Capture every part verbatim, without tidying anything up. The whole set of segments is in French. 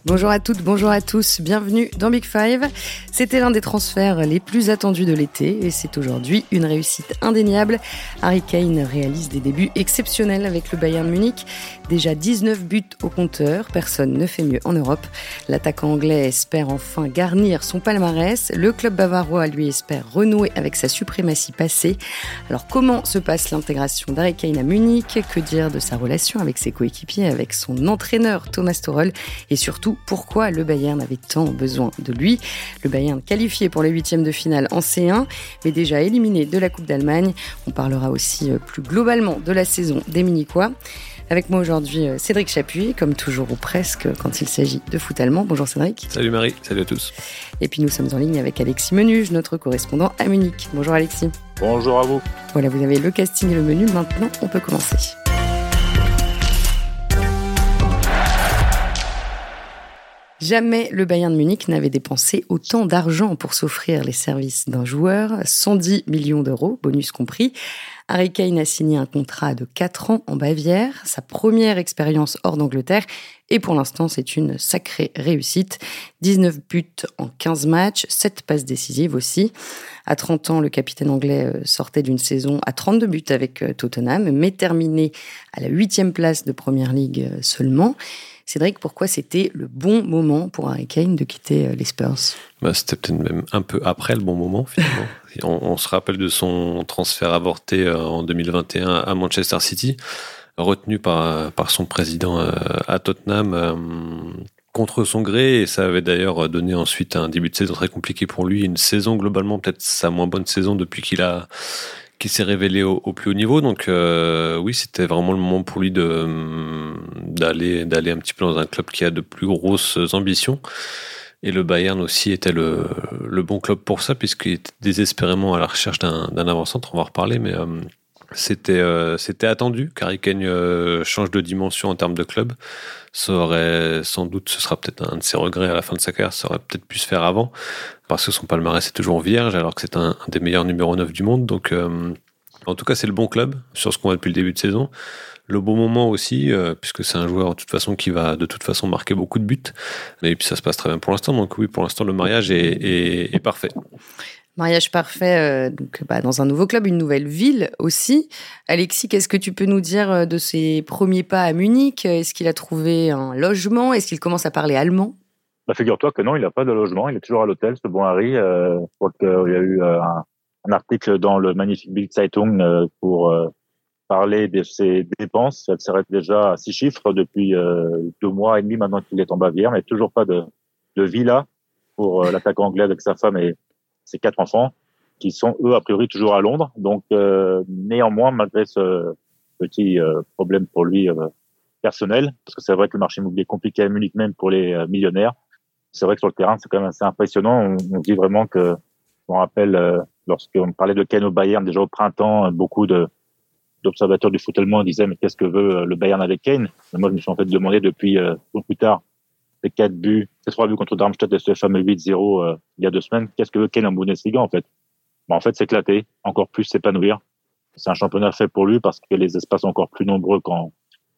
Bonjour à toutes, bonjour à tous, bienvenue dans Big Five. C'était l'un des transferts les plus attendus de l'été et c'est aujourd'hui une réussite indéniable. Harry Kane réalise des débuts exceptionnels avec le Bayern Munich. Déjà dix-neuf buts au compteur, personne ne fait mieux en Europe. L'attaquant anglais espère enfin garnir son palmarès. Le club bavarois lui espère renouer avec sa suprématie passée. Alors comment se passe l'intégration d'Harry Kane à Munich ? Que dire de sa relation avec ses coéquipiers, avec son entraîneur Thomas Tuchel et surtout pourquoi le Bayern avait tant besoin de lui. Le Bayern qualifié pour les huitièmes de finale en C un, mais déjà éliminé de la Coupe d'Allemagne. On parlera aussi plus globalement de la saison des Munichois. Avec moi aujourd'hui, Cédric Chapuis, comme toujours ou presque quand il s'agit de foot allemand. Bonjour Cédric. Salut Marie, salut à tous. Et puis nous sommes en ligne avec Alexis Menuge, notre correspondant à Munich. Bonjour Alexis. Bonjour à vous. Voilà, vous avez le casting et le menu. Maintenant, on peut commencer. Jamais le Bayern de Munich n'avait dépensé autant d'argent pour s'offrir les services d'un joueur, cent dix millions d'euros, bonus compris. Harry Kane a signé un contrat de quatre ans en Bavière, sa première expérience hors d'Angleterre, et pour l'instant c'est une sacrée réussite. dix-neuf buts en quinze matchs, sept passes décisives aussi. À trente ans, le capitaine anglais sortait d'une saison à trente-deux buts avec Tottenham, mais terminé à la huitième place de Première Ligue seulement. Cédric, pourquoi c'était le bon moment pour Harry Kane de quitter les Spurs ? Bah, c'était peut-être même un peu après le bon moment, finalement. on, on se rappelle de son transfert avorté en deux mille vingt et un à Manchester City, retenu par, par son président à Tottenham euh, contre son gré, et ça avait d'ailleurs donné ensuite un début de saison très compliqué pour lui, une saison globalement, peut-être sa moins bonne saison depuis qu'il a... qui s'est révélé au, au plus haut niveau. Donc euh, oui, c'était vraiment le moment pour lui de, d'aller, d'aller un petit peu dans un club qui a de plus grosses ambitions. Et le Bayern aussi était le, le bon club pour ça, puisqu'il était désespérément à la recherche d'un, d'un avant-centre, on va en reparler, mais euh, c'était, euh, c'était attendu qu'Harry Kane euh, change de dimension en termes de club. Ça aurait sans doute, ce sera peut-être un de ses regrets à la fin de sa carrière, ça aurait peut-être pu se faire avant, parce que son palmarès est toujours vierge, alors que c'est un, un des meilleurs numéro neuf du monde. Donc, euh, en tout cas, c'est le bon club sur ce qu'on voit depuis le début de saison. Le bon moment aussi, euh, puisque c'est un joueur de toute façon qui va de toute façon marquer beaucoup de buts. Et puis ça se passe très bien pour l'instant. Donc oui, pour l'instant, le mariage est, est, est parfait. Mariage parfait, euh, donc bah, dans un nouveau club, une nouvelle ville aussi. Alexis, qu'est-ce que tu peux nous dire de ses premiers pas à Munich ? Est-ce qu'il a trouvé un logement ? Est-ce qu'il commence à parler allemand ? Bah, figure-toi que non, il n'a pas de logement, il est toujours à l'hôtel, ce bon Harry. Euh, je crois qu'il y a eu euh, un, un article dans le magnifique Bild Zeitung euh, pour euh, parler de ses dépenses. Elle serait déjà à six chiffres depuis euh, deux mois et demi maintenant qu'il est en Bavière, mais toujours pas de, de villa pour euh, l'attaquant anglais avec sa femme et ses quatre enfants, qui sont eux a priori toujours à Londres. Donc euh, néanmoins, malgré ce petit euh, problème pour lui euh, personnel, parce que c'est vrai que le marché immobilier est compliqué à Munich même pour les euh, millionnaires, c'est vrai que sur le terrain, c'est quand même assez impressionnant. On, on dit vraiment que, je me rappelle, euh, lorsqu'on parlait de Kane au Bayern, déjà au printemps, beaucoup de, d'observateurs du foot allemand disaient, mais qu'est-ce que veut le Bayern avec Kane? Mais moi, je me suis en fait demandé depuis, euh, plus tard, ces quatre buts, ces trois buts contre Darmstadt et ce fameux huit zéro, euh, il y a deux semaines, qu'est-ce que veut Kane en Bundesliga, en fait? Bah, en fait, s'éclater, encore plus s'épanouir. C'est un championnat fait pour lui parce que les espaces sont encore plus nombreux qu'en,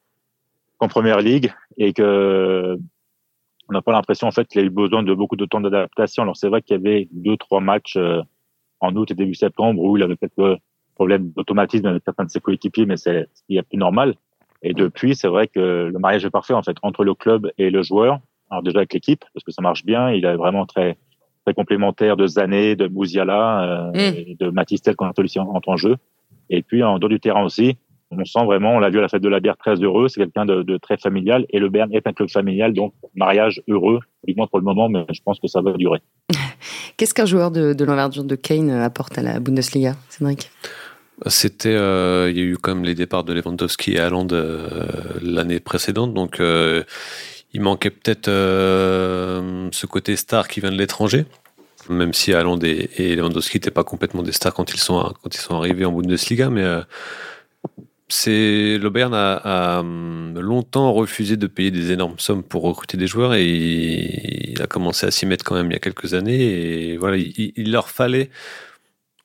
qu'en première ligue et que, on n'a pas l'impression en fait qu'il a eu besoin de beaucoup de temps d'adaptation. Alors c'est vrai qu'il y avait deux, trois matchs euh, en août et début septembre où il avait quelques problèmes d'automatisme avec certains de ses coéquipiers, mais c'est ce qui est plus normal. Et depuis, c'est vrai que le mariage est parfait en fait entre le club et le joueur. Alors déjà avec l'équipe parce que ça marche bien. Il est vraiment très très complémentaire de Sané, de Musiala, euh, mmh. et de Matistel quand celui-ci entre en jeu. Et puis en dehors du terrain aussi. On sent vraiment, on l'a vu à la fête de la bière, très heureux. C'est quelqu'un de, de très familial. Et le Bayern est un club familial, donc mariage heureux, uniquement pour le moment, mais je pense que ça va durer. Qu'est-ce qu'un joueur de, de l'envergure de Kane apporte à la Bundesliga, Cédric ? C'était, euh, il y a eu quand même les départs de Lewandowski et Haaland euh, l'année précédente, donc euh, il manquait peut-être euh, ce côté star qui vient de l'étranger. Même si Haaland et, et Lewandowski n'étaient pas complètement des stars quand ils sont quand ils sont arrivés en Bundesliga, mais euh, c'est le Bayern a, a longtemps refusé de payer des énormes sommes pour recruter des joueurs et il, il a commencé à s'y mettre quand même il y a quelques années et voilà il, il leur fallait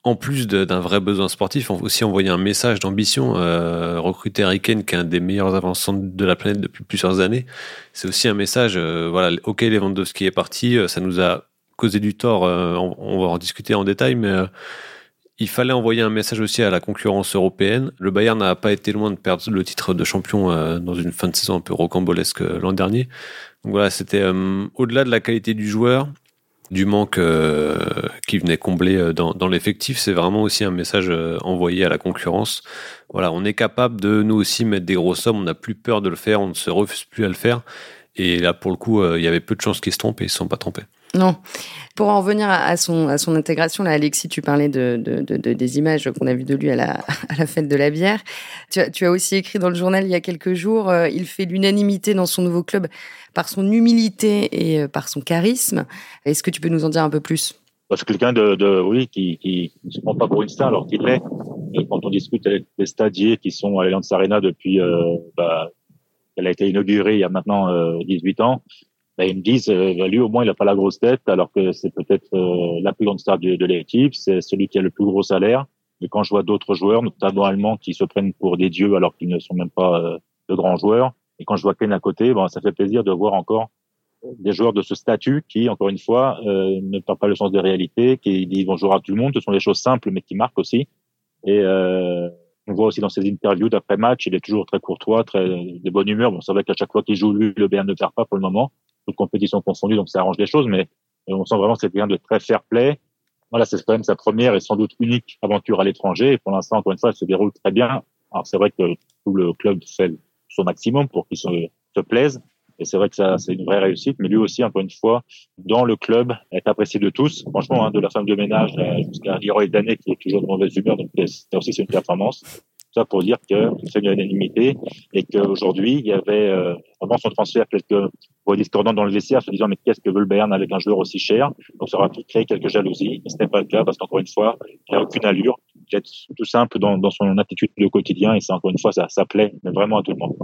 en plus de, d'un vrai besoin sportif, on aussi envoyer un message d'ambition. Euh, recruter Harry Kane, qui est un des meilleurs avant-centres de la planète depuis plusieurs années, c'est aussi un message. Euh, voilà, ok, Lewandowski est parti, ça nous a causé du tort. Euh, on, on va en discuter en détail, mais euh, il fallait envoyer un message aussi à la concurrence européenne. Le Bayern n'a pas été loin de perdre le titre de champion euh, dans une fin de saison un peu rocambolesque euh, l'an dernier. Donc voilà, c'était euh, au-delà de la qualité du joueur, du manque euh, qui venait combler dans, dans l'effectif, c'est vraiment aussi un message euh, envoyé à la concurrence. Voilà, on est capable de nous aussi mettre des grosses sommes, on n'a plus peur de le faire, on ne se refuse plus à le faire. Et là, pour le coup, euh, il y avait peu de chances qu'ils se trompent et ils ne se sont pas trompés. Non. Pour en revenir à son, à son intégration, là, Alexis, tu parlais de, de, de, de, des images qu'on a vues de lui à la, à la fête de la bière. Tu as, tu as aussi écrit dans le journal il y a quelques jours, euh, il fait l'unanimité dans son nouveau club par son humilité et euh, par son charisme. Est-ce que tu peux nous en dire un peu plus ? C'est quelqu'un de, de oui, qui, qui ne se prend pas pour une star alors qu'il l'est. Et quand on discute avec les stadiers qui sont à l'Allianz Arena depuis, euh, bah, elle a été inaugurée il y a maintenant euh, dix-huit ans, bah, ils me disent, euh, lui au moins il n'a pas la grosse tête, alors que c'est peut-être euh, la plus grande star de, de l'équipe, c'est celui qui a le plus gros salaire. Et quand je vois d'autres joueurs, notamment allemands, qui se prennent pour des dieux alors qu'ils ne sont même pas euh, de grands joueurs, et quand je vois Kane à côté, bon, ça fait plaisir de voir encore des joueurs de ce statut qui, encore une fois, euh, ne perdent pas le sens des réalités, qui disent bonjour à tout le monde. Ce sont des choses simples, mais qui marquent aussi. Et euh, on voit aussi dans ses interviews d'après-match, il est toujours très courtois, très de bonne humeur. Bon, c'est vrai qu'à chaque fois qu'il joue, lui, le Bayern ne perd pas pour le moment, toutes compétitions confondues, donc ça arrange les choses, mais on sent vraiment que c'est quelqu'un de très fair-play. Voilà, c'est quand même sa première et sans doute unique aventure à l'étranger. Et pour l'instant, encore une fois, elle se déroule très bien. Alors, c'est vrai que tout le club fait son maximum pour qu'il se, se plaise. Et c'est vrai que ça, c'est une vraie réussite. Mais lui aussi, encore une fois, dans le club, est apprécié de tous. Franchement, hein, de la femme de ménage jusqu'à Leroy Sané, qui est toujours de mauvaise humeur. Donc, c'est aussi c'est une performance. Ça pour dire qu'il fait une unanimité et qu'aujourd'hui, il y avait euh, avant son transfert quelques voix discordantes dans le vestiaire se disant mais qu'est-ce que veut le Bayern avec un joueur aussi cher? Donc ça aura pu créer quelques jalousies. Mais ce n'est pas le cas parce qu'encore une fois, il n'a aucune allure. Il est tout simple dans, dans son attitude au quotidien et c'est encore une fois, ça, ça plaît mais vraiment à tout le monde.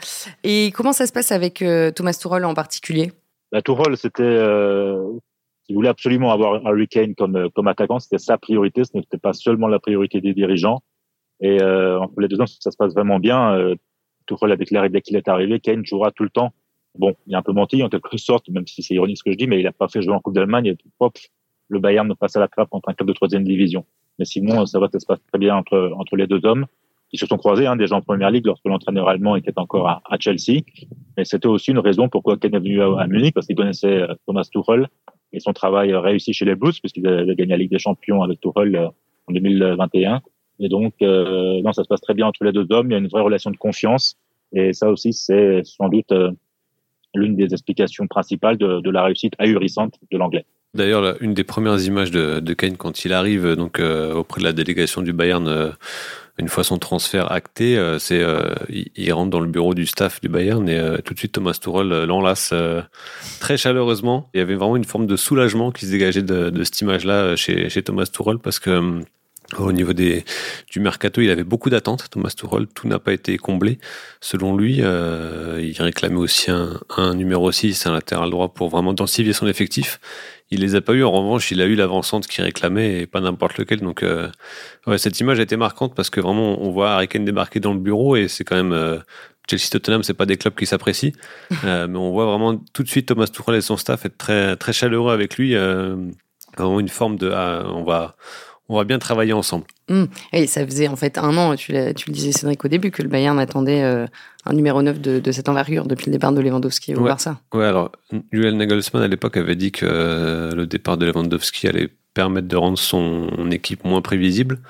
Et comment ça se passe avec euh, Thomas Tuchel en particulier? Bah, Tuchel, c'était... Euh, il voulait absolument avoir Harry Kane comme, comme attaquant. C'était sa priorité. Ce n'était pas seulement la priorité des dirigeants. Et euh, entre les deux ans, ça se passe vraiment bien. Euh, Tuchel a déclaré dès qu'il est arrivé, Kane jouera tout le temps. Bon, il a un peu menti en quelque sorte, même si c'est ironique ce que je dis, mais il n'a pas fait jouer en Coupe d'Allemagne. Et hop, le Bayern ne passe à la trappe entre un club de troisième division. Mais sinon, ça va, ça se passe très bien entre entre les deux hommes. Ils se sont croisés, hein, déjà en Première Ligue, lorsque l'entraîneur allemand était encore à, à Chelsea. Mais c'était aussi une raison pourquoi Kane est venu à, à Munich, parce qu'il connaissait Thomas Tuchel et son travail réussi chez les Blues, puisqu'il avait gagné la Ligue des Champions avec Tuchel en deux mille vingt et un. Et donc, euh, non, ça se passe très bien entre les deux hommes. Il y a une vraie relation de confiance. Et ça aussi, c'est sans doute euh, l'une des explications principales de, de la réussite ahurissante de l'anglais. D'ailleurs, là, une des premières images de, de Kane quand il arrive donc euh, auprès de la délégation du Bayern, euh, une fois son transfert acté, euh, c'est euh, il, il rentre dans le bureau du staff du Bayern et euh, tout de suite Thomas Tuchel euh, l'enlace euh, très chaleureusement. Il y avait vraiment une forme de soulagement qui se dégageait de, de cette image-là chez, chez Thomas Tuchel parce que euh, au niveau des, du mercato, il avait beaucoup d'attentes, Thomas Tuchel. Tout n'a pas été comblé. Selon lui, euh, il réclamait aussi un, un numéro six, un latéral droit pour vraiment densifier son effectif. Il les a pas eu. En revanche, il a eu l'avancante qu'il réclamait et pas n'importe lequel. Donc, euh, ouais, cette image a été marquante parce que vraiment, on voit Harry Kane débarquer dans le bureau et c'est quand même euh, Chelsea, Tottenham, c'est pas des clubs qui s'apprécient, euh, mais on voit vraiment tout de suite Thomas Tuchel et son staff être très très chaleureux avec lui. Euh, vraiment une forme de, ah, on va On va bien travailler ensemble. Mmh. Et ça faisait en fait un an, tu, tu le disais Cédric au début, que le Bayern attendait euh, un numéro neuf de, de cette envergure depuis le départ de Lewandowski au ouais. Barça. Ouais, alors Julian Nagelsmann à l'époque avait dit que euh, le départ de Lewandowski allait permettre de rendre son équipe moins prévisible.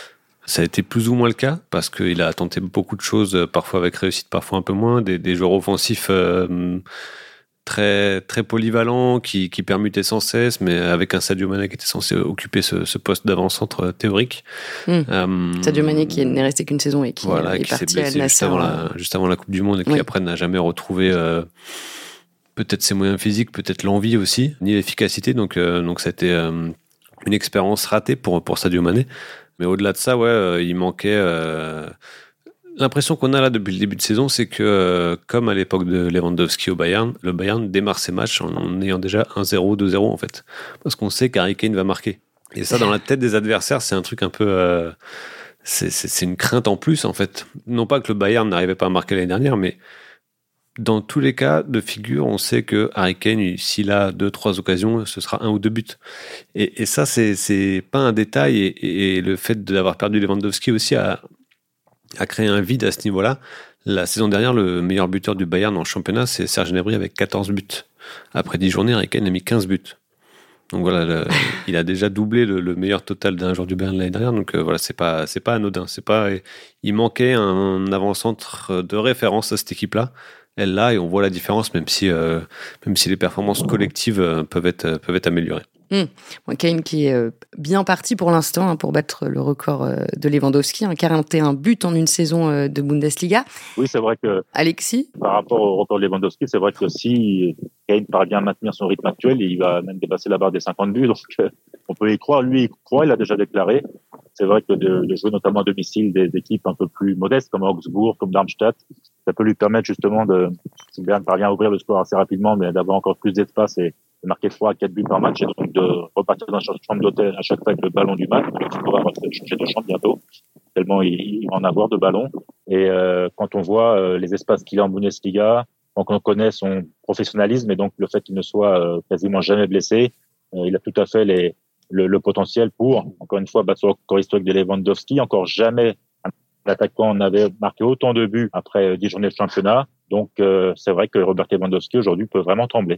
Ça a été plus ou moins le cas parce qu'il a tenté beaucoup de choses, parfois avec réussite, parfois un peu moins. Des, des joueurs offensifs euh, très très polyvalent qui qui permutait sans cesse, mais avec un Sadio Mané qui était censé occuper ce, ce poste d'avant-centre théorique. Mmh. Euh, Sadio Mané qui n'est resté qu'une saison et qui voilà, est qui parti s'est blessé à juste avant la juste avant la Coupe du Monde et qui oui. après n'a jamais retrouvé euh, peut-être ses moyens physiques, peut-être l'envie aussi, ni l'efficacité. Donc euh, donc c'était euh, une expérience ratée pour pour Sadio Mané. Mais au-delà de ça, ouais, euh, il manquait. Euh, L'impression qu'on a là depuis le début de saison, c'est que, euh, comme à l'époque de Lewandowski au Bayern, le Bayern démarre ses matchs en, en ayant déjà un zéro, deux zéro en fait. Parce qu'on sait qu'Harry Kane va marquer. Et ça, dans la tête des adversaires, c'est un truc un peu... Euh, c'est, c'est, c'est une crainte en plus, en fait. Non pas que le Bayern n'arrivait pas à marquer l'année dernière, mais dans tous les cas de figure, on sait que Harry Kane, s'il a deux, trois occasions, ce sera un ou deux buts. Et, et ça, c'est, c'est pas un détail. Et, et le fait d'avoir perdu Lewandowski aussi a, a créé un vide à ce niveau-là. La saison dernière, le meilleur buteur du Bayern en championnat, c'est Serge Gnabry avec quatorze buts. Après dix journées, Harry Kane a mis quinze buts. Donc voilà, le, il a déjà doublé le, le meilleur total d'un joueur du Bayern l'année dernière. Donc euh, voilà, c'est pas, c'est pas anodin. C'est pas, il manquait un avant-centre de référence à cette équipe-là. Elle l'a et on voit la différence, même si, euh, même si les performances collectives euh, peuvent être, peuvent être améliorées. Mmh. Bon, Kane qui est euh, bien parti pour l'instant hein, pour battre le record euh, de Lewandowski, hein, quarante et un buts en une saison euh, de Bundesliga. Oui, c'est vrai que Alexis, par rapport au record de Lewandowski, c'est vrai que si Kane parvient à maintenir son rythme actuel, il va même dépasser la barre des cinquante buts. Donc, euh, on peut y croire. Lui, il croit, il l'a déjà déclaré. C'est vrai que de, de jouer notamment à domicile des équipes un peu plus modestes comme Augsbourg, comme Darmstadt, ça peut lui permettre justement de, si Bayern parvient à ouvrir le score assez rapidement, mais d'avoir encore plus d'espace et de marquer trois à quatre buts par match et donc de repartir dans sa chambre d'hôtel à chaque fois avec le ballon du match. Donc, il va changer de chambre bientôt, tellement il, il va en avoir de ballons. Et euh, quand on voit euh, les espaces qu'il a en Bundesliga, donc on connaît son professionnalisme et donc le fait qu'il ne soit euh, quasiment jamais blessé, euh, il a tout à fait les, le, le potentiel pour, encore une fois, battre son record historique de Lewandowski. Encore jamais un attaquant n'avait marqué autant de buts après dix journées de championnat. Donc euh, c'est vrai que Robert Lewandowski aujourd'hui peut vraiment trembler.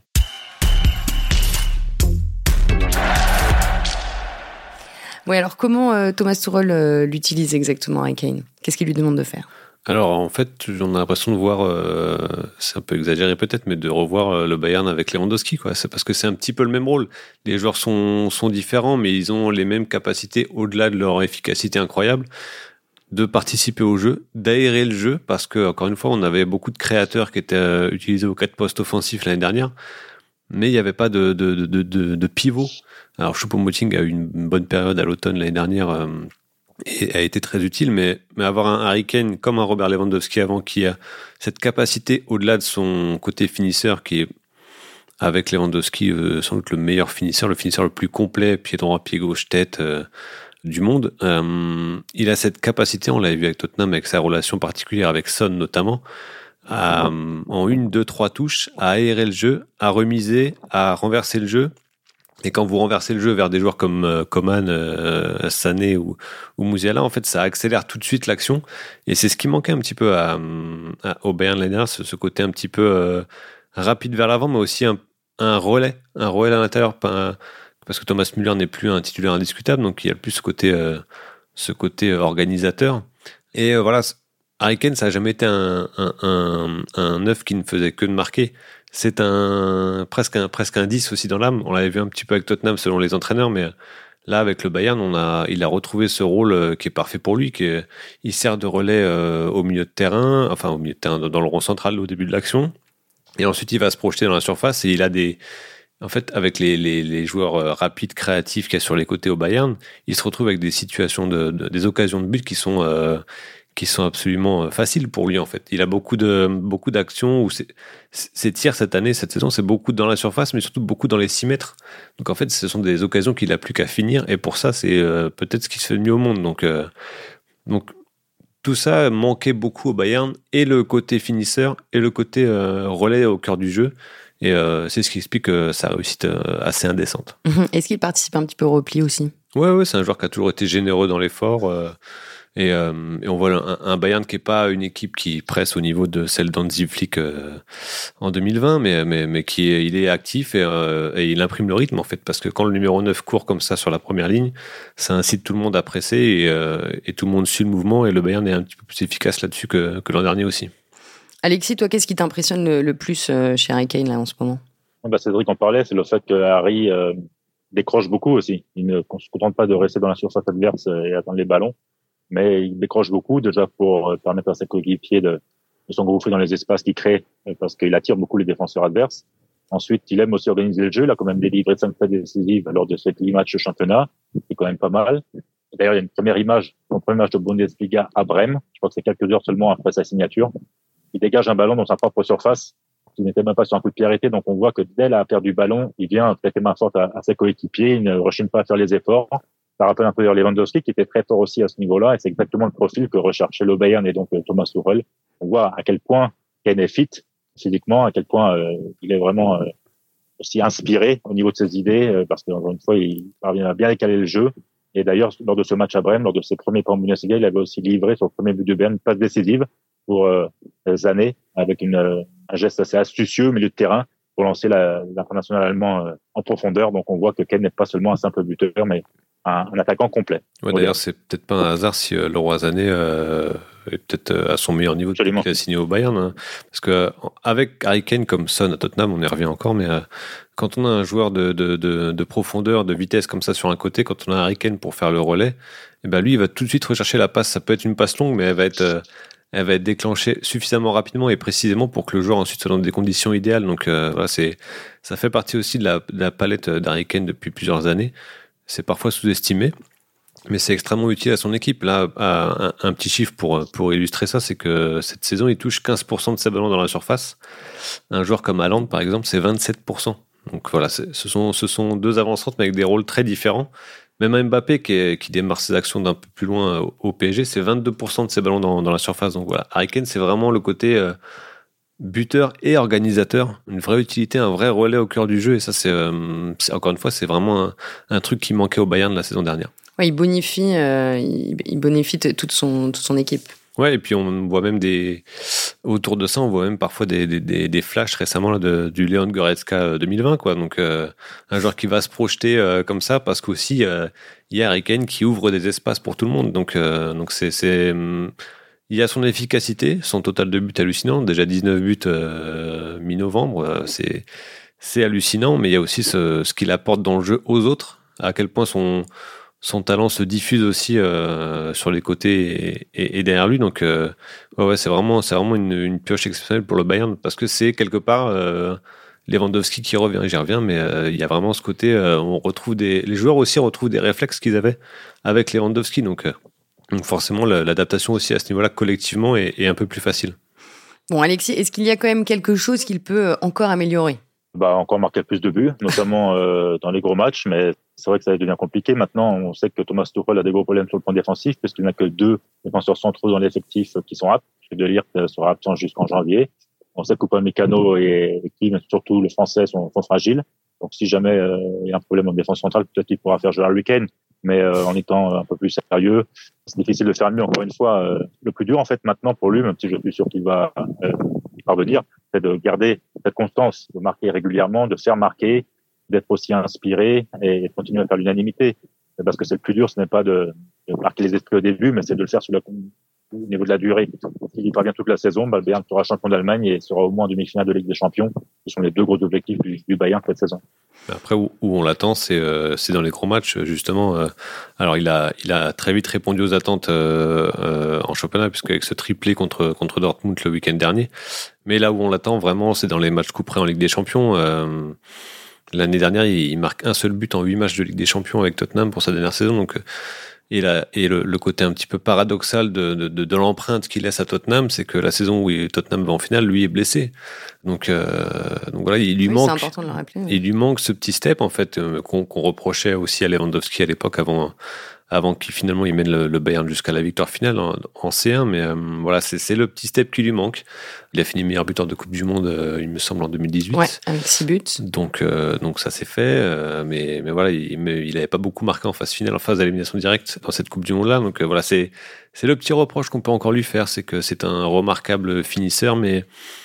Oui, alors comment euh, Thomas Tuchel euh, l'utilise exactement, Harry Kane ? Qu'est-ce qu'il lui demande de faire ? Alors en fait, on a l'impression de voir, euh, c'est un peu exagéré peut-être, mais de revoir euh, le Bayern avec Lewandowski, quoi. C'est parce que c'est un petit peu le même rôle. Les joueurs sont, sont différents, mais ils ont les mêmes capacités au-delà de leur efficacité incroyable de participer au jeu, d'aérer le jeu, parce que encore une fois, on avait beaucoup de créateurs qui étaient euh, utilisés aux quatre postes offensifs l'année dernière, mais il n'y avait pas de, de, de, de, de pivot. Alors Choupo-Moting a eu une bonne période à l'automne l'année dernière euh, et a été très utile, mais, mais avoir un Harry Kane comme un Robert Lewandowski avant, qui a cette capacité au-delà de son côté finisseur, qui est avec Lewandowski euh, sans doute le meilleur finisseur, le finisseur le plus complet, pied droit, pied gauche, tête euh, du monde. Euh, il a cette capacité, on l'avait vu avec Tottenham, avec sa relation particulière avec Son notamment, à, en une, deux, trois touches, à aérer le jeu, à remiser, à renverser le jeu. Et quand vous renversez le jeu vers des joueurs comme euh, Coman, euh, Sané ou, ou Musiala, en fait, ça accélère tout de suite l'action. Et c'est ce qui manquait un petit peu à, à, au Bayern l'année dernière, ce, ce côté un petit peu euh, rapide vers l'avant, mais aussi un, un relais, un relais à l'intérieur, pas un, parce que Thomas Müller n'est plus un titulaire indiscutable, donc il y a plus ce côté, euh, ce côté organisateur. Et euh, voilà, Harry Kane, ça n'a jamais été un, un, un, un neuf qui ne faisait que de marquer. C'est un presque un presque un dix aussi dans l'âme. On l'avait vu un petit peu avec Tottenham selon les entraîneurs, mais là avec le Bayern, on a il a retrouvé ce rôle qui est parfait pour lui, qui est, il sert de relais euh, au milieu de terrain, enfin au milieu de terrain dans le rond central au début de l'action, et ensuite il va se projeter dans la surface et il a des en fait, avec les, les, les joueurs rapides, créatifs qu'il y a sur les côtés au Bayern, il se retrouve avec des situations de, de des occasions de but qui sont euh, qui sont absolument faciles pour lui, en fait. Il a beaucoup de beaucoup d'actions où c'est, ses tirs cette année, cette saison, c'est beaucoup dans la surface, mais surtout beaucoup dans les six mètres. Donc en fait, ce sont des occasions qu'il a plus qu'à finir, et pour ça, c'est euh, peut-être ce qui se fait de mieux au monde. Donc euh, donc tout ça manquait beaucoup au Bayern, et le côté finisseur et le côté euh, relais au cœur du jeu. Et euh, c'est ce qui explique euh, sa réussite euh, assez indécente. Est-ce qu'il participe un petit peu au repli aussi ? Ouais, ouais, c'est un joueur qui a toujours été généreux dans l'effort. Euh, et, euh, et on voit un, un Bayern qui n'est pas une équipe qui presse au niveau de celle d'Hansi Flick euh, en deux mille vingt, mais, mais, mais qui est, il est actif et, euh, et il imprime le rythme, en fait, parce que quand le numéro neuf court comme ça sur la première ligne, ça incite tout le monde à presser et, euh, et tout le monde suit le mouvement, et le Bayern est un petit peu plus efficace là-dessus que, que l'an dernier aussi. Alexis, toi, qu'est-ce qui t'impressionne le, le plus chez Harry Kane là, en ce moment ? Bah, Cédric en parlait, c'est le fait que Harry euh, décroche beaucoup aussi. Il ne se contente pas de rester dans la surface adverse et attendre les ballons, mais il décroche beaucoup, déjà pour permettre à ses coéquipiers de, de s'engouffrer dans les espaces qu'il crée, parce qu'il attire beaucoup les défenseurs adverses. Ensuite, il aime aussi organiser le jeu. Il a quand même délivré cinq passes décisives lors de ces dix matchs de championnat. C'est quand même pas mal. D'ailleurs, il y a une première image, son premier match de Bundesliga à Brême. Je crois que c'est quelques heures seulement après sa signature. Il dégage un ballon dans sa propre surface. qui n'était même pas sur un coup de pied arrêté. Donc on voit que dès la perte du ballon, il vient prêter main forte à, à ses coéquipiers, il ne rechigne pas à faire les efforts. Ça rappelle un peu Lewandowski qui était très fort aussi à ce niveau-là, et c'est exactement le profil que recherchait le Bayern et donc Thomas Tuchel. On voit à quel point Kane est fit physiquement, à quel point euh, il est vraiment euh, aussi inspiré au niveau de ses idées, euh, parce qu'encore une fois, il parvient à bien décaler le jeu. Et d'ailleurs, lors de ce match à Brême, lors de ses premiers pas en Bundesliga, il avait aussi livré son premier but de Bayern, une passe décisive pour euh, Sané, avec une, euh, un geste assez astucieux au milieu de terrain pour lancer la, l'international allemand euh, en profondeur. Donc on voit que Kane n'est pas seulement un simple buteur, mais un, un attaquant complet. Ouais, d'ailleurs, c'est peut-être pas un hasard si euh, Leroy Sané euh, est peut-être euh, à son meilleur niveau depuis qu'il a signé au Bayern. Hein. Parce que avec Harry Kane comme Son à Tottenham, on y revient encore, mais euh, quand on a un joueur de, de, de, de profondeur, de vitesse comme ça sur un côté, quand on a Harry Kane pour faire le relais, et ben lui, il va tout de suite rechercher la passe. Ça peut être une passe longue, mais elle va être... Euh, elle va être déclenchée suffisamment rapidement et précisément pour que le joueur ensuite soit dans des conditions idéales. Donc euh, voilà, c'est, ça fait partie aussi de la, de la palette d'Harry Kane depuis plusieurs années. C'est parfois sous-estimé, mais c'est extrêmement utile à son équipe. Là, un, un petit chiffre pour, pour illustrer ça, c'est que cette saison, il touche quinze pour cent de ses ballons dans la surface. Un joueur comme Haaland, par exemple, c'est vingt-sept pour cent. Donc voilà, c'est, ce, sont, ce sont deux avancantes, mais avec des rôles très différents. Même Mbappé, qui, est, qui démarre ses actions d'un peu plus loin au P S G, c'est vingt-deux pour cent de ses ballons dans, dans la surface. Donc voilà, Harry Kane, c'est vraiment le côté euh, buteur et organisateur, une vraie utilité, un vrai relais au cœur du jeu. Et ça, c'est, euh, c'est encore une fois, c'est vraiment un, un truc qui manquait au Bayern de la saison dernière. Ouais, il bonifie, euh, il, il bonifie toute son, toute son équipe. Ouais, et puis on voit même des autour de ça, on voit même parfois des des des, des flashs récemment là de du Leon Goretzka deux mille vingt quoi. Donc euh, un joueur qui va se projeter euh, comme ça parce qu'aussi euh, il y a Harry Kane qui ouvre des espaces pour tout le monde. Donc euh, donc c'est c'est il y a son efficacité, son total de buts hallucinant, déjà dix-neuf buts euh, mi-novembre, c'est c'est hallucinant, mais il y a aussi ce ce qu'il apporte dans le jeu aux autres, à quel point son son talent se diffuse aussi euh, sur les côtés et, et, et derrière lui. Donc, euh, ouais, ouais, c'est vraiment, c'est vraiment une, une pioche exceptionnelle pour le Bayern parce que c'est quelque part euh, Lewandowski qui revient. J'y reviens, mais euh, il y a vraiment ce côté. Euh, on retrouve des, les joueurs aussi retrouvent des réflexes qu'ils avaient avec Lewandowski. Donc, euh, donc forcément, l'adaptation aussi à ce niveau-là collectivement est, est un peu plus facile. Bon, Alexis, est-ce qu'il y a quand même quelque chose qu'il peut encore améliorer ? Bah, encore marquer plus de buts, notamment euh, dans les gros matchs, mais c'est vrai que ça devient compliqué. Maintenant, on sait que Thomas Tuchel a des gros problèmes sur le plan défensif, puisqu'il n'a que deux défenseurs centraux dans l'effectif qui sont aptes. De Ligt sera absent jusqu'en janvier. On sait que Upamecano et Kim, surtout le français, sont, sont fragiles. Donc, si jamais euh, il y a un problème en défense centrale, peut-être qu'il pourra faire jouer Harry Kane, mais euh, en étant un peu plus sérieux, c'est difficile de faire mieux. Encore une fois, euh, le plus dur en fait maintenant pour lui, même si je suis sûr qu'il va euh, y parvenir, c'est de garder cette constance, de marquer régulièrement, de faire marquer, d'être aussi inspiré et de continuer à faire l'unanimité. Parce que c'est le plus dur, ce n'est pas de, de marquer les esprits au début, mais c'est de le faire sur le, au niveau de la durée. S'il y parvient toute la saison, bah, le Bayern sera champion d'Allemagne et sera au moins en demi-finale de Ligue des Champions. Ce sont les deux gros objectifs du, du Bayern cette saison. Après, où, où on l'attend, c'est, euh, c'est dans les gros matchs, justement. Euh, alors, il a, il a très vite répondu aux attentes euh, euh, en championnat, puisqu'avec ce triplé contre, contre Dortmund le week-end dernier. Mais là où on l'attend vraiment, c'est dans les matchs couperés en Ligue des Champions. Euh, l'année dernière, il, il marque un seul but en huit matchs de Ligue des Champions avec Tottenham pour sa dernière saison. Donc, et, la, et le, le côté un petit peu paradoxal de, de, de, de l'empreinte qu'il laisse à Tottenham, c'est que la saison où Tottenham va en finale, lui est blessé. Donc, euh, donc voilà, il lui oui, manque. C'est important de le rappeler. Oui. Il lui manque ce petit step en fait euh, qu'on, qu'on reprochait aussi à Lewandowski à l'époque avant. avant qu'il finalement il mène le, le Bayern jusqu'à la victoire finale en, en C un, mais euh, voilà, c'est, c'est le petit step qui lui manque. Il a fini meilleur buteur de Coupe du Monde, euh, il me semble, en deux mille dix-huit. Ouais, avec six buts. Donc, euh, donc ça s'est fait, euh, mais, mais voilà, il n'avait pas beaucoup marqué en phase finale, en phase d'élimination directe dans cette Coupe du Monde-là. Donc euh, voilà, c'est, c'est le petit reproche qu'on peut encore lui faire, c'est que c'est un remarquable finisseur, mais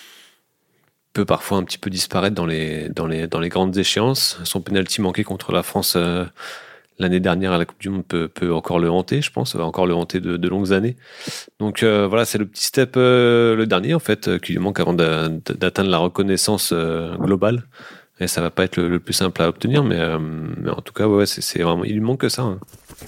peut parfois un petit peu disparaître dans les, dans les, dans les grandes échéances. Son penalty manqué contre la France euh, l'année dernière à la Coupe du Monde peut, peut encore le hanter, je pense, va encore le hanter de, de longues années. Donc euh, voilà, c'est le petit step, euh, le dernier en fait, euh, qui lui manque avant d'a, d'atteindre la reconnaissance euh, globale. Et ça va pas être le, le plus simple à obtenir, mais, euh, mais en tout cas, ouais, c'est, c'est vraiment, il lui manque que ça. Hein.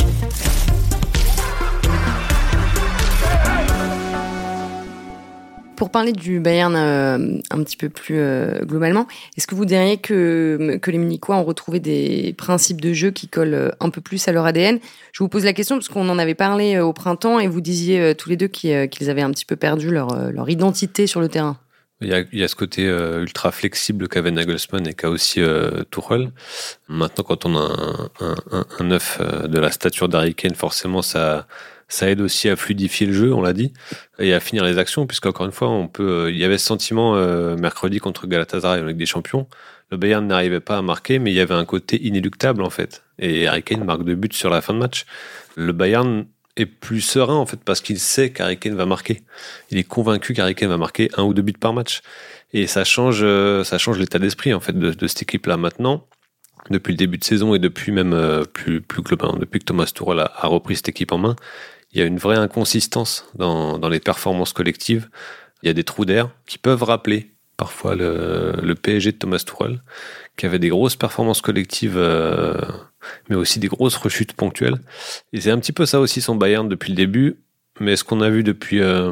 Pour parler du Bayern euh, un petit peu plus euh, globalement, est-ce que vous diriez que, que les Munichois ont retrouvé des principes de jeu qui collent un peu plus à leur A D N ? Je vous pose la question parce qu'on en avait parlé au printemps et vous disiez euh, tous les deux qu'ils, qu'ils avaient un petit peu perdu leur, leur identité sur le terrain. Il y a, il y a ce côté euh, ultra flexible qu'avait Nagelsmann et qu'a aussi euh, Tuchel. Maintenant, quand on a un, un, un, un neuf de la stature d'Harry Kane, forcément, ça, ça aide aussi à fluidifier le jeu, on l'a dit, et à finir les actions, puisqu'encore une fois, on peut. Euh, il y avait ce sentiment euh, mercredi contre Galatasaray en Ligue des Champions. Le Bayern n'arrivait pas à marquer, mais il y avait un côté inéluctable en fait. Et Harry Kane marque deux buts sur la fin de match. Le Bayern est plus serein en fait parce qu'il sait qu'Harry Kane va marquer. Il est convaincu qu'Harry Kane va marquer un ou deux buts par match. Et ça change, ça change l'état d'esprit en fait de, de cette équipe-là maintenant. Depuis le début de saison et depuis même euh, plus plus globalement, depuis que Thomas Tuchel a, a repris cette équipe en main, il y a une vraie inconsistance dans dans les performances collectives. Il y a des trous d'air qui peuvent rappeler parfois le, le P S G de Thomas Tuchel, qui avait des grosses performances collectives, euh, mais aussi des grosses rechutes ponctuelles. Et c'est un petit peu ça aussi son Bayern depuis le début. Mais ce qu'on a vu depuis, euh,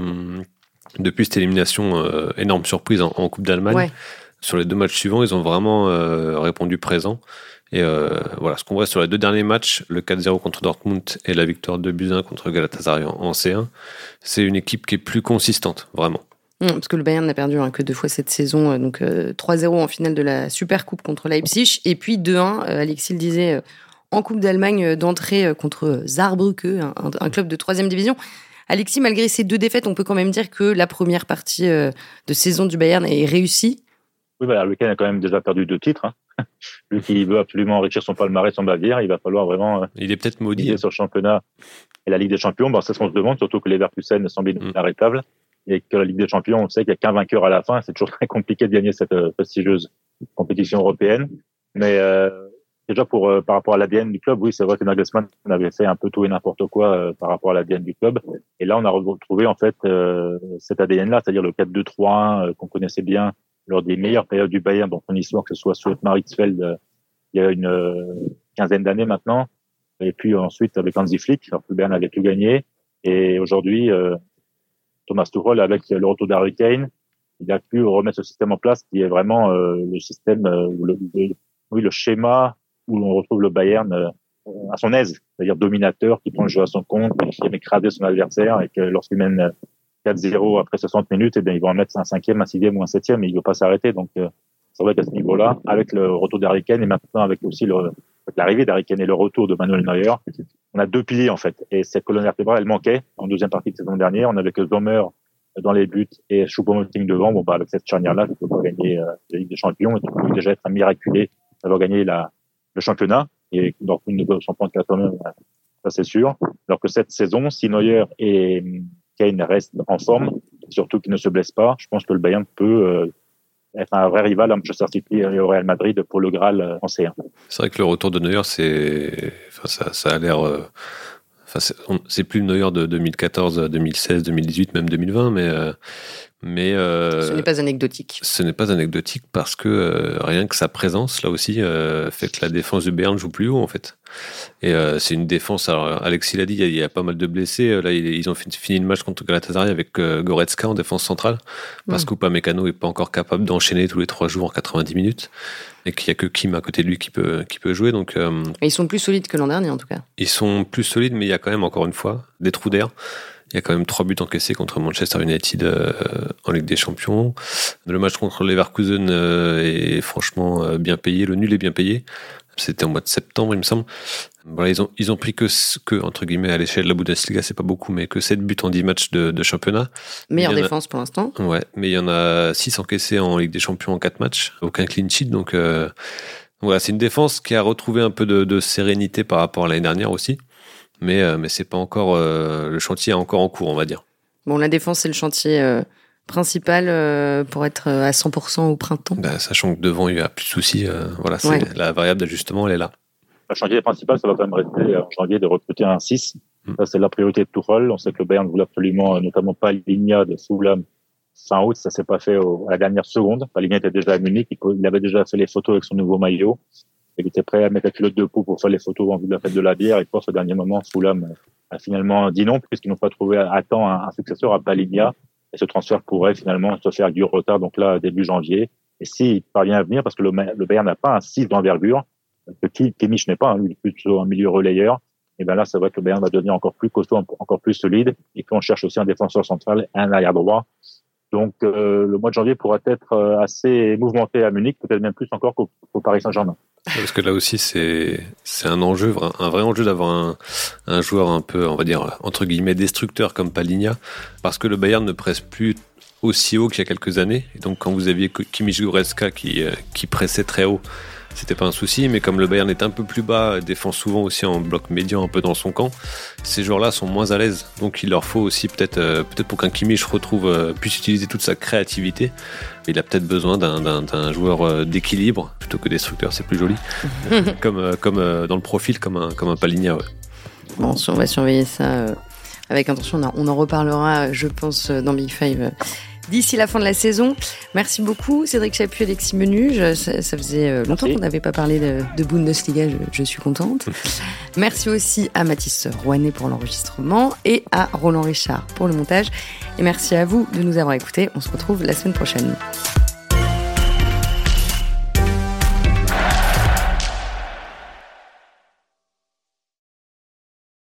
depuis cette élimination, euh, énorme surprise en, en Coupe d'Allemagne, ouais. Sur les deux matchs suivants, ils ont vraiment euh, répondu présent. Et euh, voilà, ce qu'on voit sur les deux derniers matchs, le quatre zéro contre Dortmund et la victoire deux buts à un contre Galatasaray en, en C un, c'est une équipe qui est plus consistante, vraiment. Parce que le Bayern n'a perdu hein, que deux fois cette saison, donc euh, trois zéro en finale de la Supercoupe contre Leipzig, et puis deux un, euh, Alexis le disait, euh, en Coupe d'Allemagne euh, d'entrée euh, contre Saarbrücke, un, un club de troisième division. Alexis, malgré ces deux défaites, on peut quand même dire que la première partie euh, de saison du Bayern est réussie. Oui, bah, Harry Kane a quand même déjà perdu deux titres. Hein. Lui qui veut absolument enrichir son palmarès en Bavière, il va falloir vraiment... Euh, il est peut-être maudit. Sur le championnat et la Ligue des Champions, bon, c'est ce qu'on se demande, surtout que les Leverkusen semblent inarrêtables. Mm. Et que la Ligue des Champions, on sait qu'il n'y a qu'un vainqueur à la fin. C'est toujours très compliqué de gagner cette euh, prestigieuse compétition européenne. Mais euh, déjà, pour euh, par rapport à l'A D N du club, oui, c'est vrai que Nagelsmann avait fait un peu tout et n'importe quoi euh, par rapport à l'A D N du club. Et là, on a retrouvé en fait euh, cet A D N-là, c'est-à-dire le quatre deux trois un euh, qu'on connaissait bien lors des meilleures périodes du Bayern, dans son histoire, que ce soit sous Maritzfeld euh, il y a une euh, quinzaine d'années maintenant, et puis ensuite avec Hansi Flick, alors que le Bayern avait tout gagné. Et aujourd'hui... Euh, Thomas Tuchel, avec le retour d'Harry Kane, il a pu remettre ce système en place qui est vraiment euh, le système, euh, le, le, oui, le schéma où on retrouve le Bayern euh, à son aise, c'est-à-dire dominateur, qui prend le jeu à son compte, qui aime écraser son adversaire et que lorsqu'il mène quatre zéro après soixante minutes, eh bien, ils vont en mettre un cinquième, un sixième ou un septième et il ne veut pas s'arrêter. Donc, euh, c'est vrai qu'à ce niveau-là, avec le retour d'Harry Kane et maintenant avec aussi le, avec l'arrivée d'Harry Kane et le retour de Manuel Neuer, on a deux piliers en fait. Et cette colonne vertébrale, elle manquait en deuxième partie de saison dernière. On avait que Sommer dans les buts et Choupo-Moting devant. Bon, bah avec cette charnière-là, tu peux pas gagner euh, la Ligue des Champions et tu peux déjà être un miraculé d'avoir gagné la, le championnat. Et donc, une ne s'en prendre qu'à toi-même, ça c'est sûr. Alors que cette saison, si Neuer et Kane restent en forme, surtout qu'ils ne se blessent pas, je pense que le Bayern peut euh, être un vrai rival à Manchester City et au Real Madrid pour le Graal en C un. C'est vrai que le retour de Neuer, c'est, enfin, ça, ça a l'air, euh... enfin, c'est, on... c'est plus le Neuer de deux mille quatorze, deux mille seize, deux mille dix-huit, même deux mille vingt, mais, euh... mais euh... ce n'est pas anecdotique. Ce n'est pas anecdotique parce que euh, rien que sa présence, là aussi, euh, fait que la défense du Bayern joue plus haut, en fait. Et euh, c'est une défense, alors Alexis l'a dit, il y, a, il y a pas mal de blessés. Là, ils ont fini le match contre Galatasaray avec euh, Goretzka en défense centrale, parce mmh. qu'Upamecano n'est pas encore capable d'enchaîner tous les trois jours en quatre-vingt-dix minutes, et qu'il n'y a que Kim à côté de lui qui peut, qui peut jouer. Donc, euh, et ils sont plus solides que l'an dernier, en tout cas. Ils sont plus solides, mais il y a quand même, encore une fois, des trous d'air. Il y a quand même trois buts encaissés contre Manchester United euh, en Ligue des Champions. Le match contre Leverkusen euh, est franchement euh, bien payé. Le nul est bien payé. C'était en mois de septembre, il me semble. Voilà, ils ont, ils ont pris que, que, entre guillemets, à l'échelle de la Bundesliga, c'est pas beaucoup, mais que sept buts en dix matchs de, de championnat. Meilleure défense a, pour l'instant. Ouais, mais il y en a six encaissés en Ligue des Champions en quatre matchs. Aucun clean sheet, donc euh, voilà, c'est une défense qui a retrouvé un peu de, de sérénité par rapport à l'année dernière aussi. Mais, euh, mais c'est pas encore, euh, le chantier est encore en cours, on va dire. Bon, la défense, c'est le chantier euh, principal euh, pour être à cent pour cent au printemps. Ben, sachant que devant, il n'y a plus de soucis. Euh, voilà, c'est, ouais. La variable d'ajustement, elle est là. Le chantier principal, ça va quand même rester en janvier de recruter un six. Mm. Ça, c'est la priorité de Tuchel. On sait que le Bayern voulait absolument, notamment pas Ligna de Fulham fin août. Ça s'est pas fait au, à la dernière seconde. Ligna était déjà à Munich. Il avait déjà fait les photos avec son nouveau maillot. Il était prêt à mettre la culotte de peau pour faire les photos en vue de la fête de la bière. Et puis, au dernier moment, Fulham a finalement dit non, puisqu'ils n'ont pas trouvé à temps un, un successeur à Paligna. Et ce transfert pourrait finalement se faire du retard, donc là, début janvier. Et s'il parvient à venir, parce que le, le Bayern n'a pas un six d'envergure, que Kimmich n'est pas, hein, lui, plutôt un milieu relayeur, et ben là, c'est vrai que le Bayern va devenir encore plus costaud, encore plus solide. Et puis, on cherche aussi un défenseur central et un arrière droit. Donc euh, le mois de janvier pourrait être euh, assez mouvementé à Munich, peut-être même plus encore qu'au, qu'au Paris Saint-Germain. Parce que là aussi, c'est c'est un enjeu, un vrai enjeu d'avoir un, un joueur un peu, on va dire, entre guillemets, destructeur comme Palhinha, parce que le Bayern ne presse plus aussi haut qu'il y a quelques années. Et donc, quand vous aviez Kimmich Goretzka qui, qui pressait très haut, c'était pas un souci, mais comme le Bayern est un peu plus bas, défend souvent aussi en bloc médian, un peu dans son camp, ces joueurs-là sont moins à l'aise. Donc il leur faut aussi peut-être, euh, peut-être pour qu'un Kimmich retrouve, euh, puisse utiliser toute sa créativité, il a peut-être besoin d'un, d'un, d'un joueur euh, d'équilibre plutôt que destructeur, c'est plus joli, comme, euh, comme euh, dans le profil, comme un, comme un Palhinha. Ouais. Bon, on va surveiller ça euh, avec attention. On en reparlera, je pense, dans Big Five. D'ici la fin de la saison. Merci beaucoup Cédric Chaput, Alexis Menuge. Ça, ça faisait longtemps Merci. qu'on n'avait pas parlé de, de Bundesliga, je, je suis contente. Merci aussi à Mathis Rouanet pour l'enregistrement et à Roland Richard pour le montage. Et merci à vous de nous avoir écoutés. On se retrouve la semaine prochaine.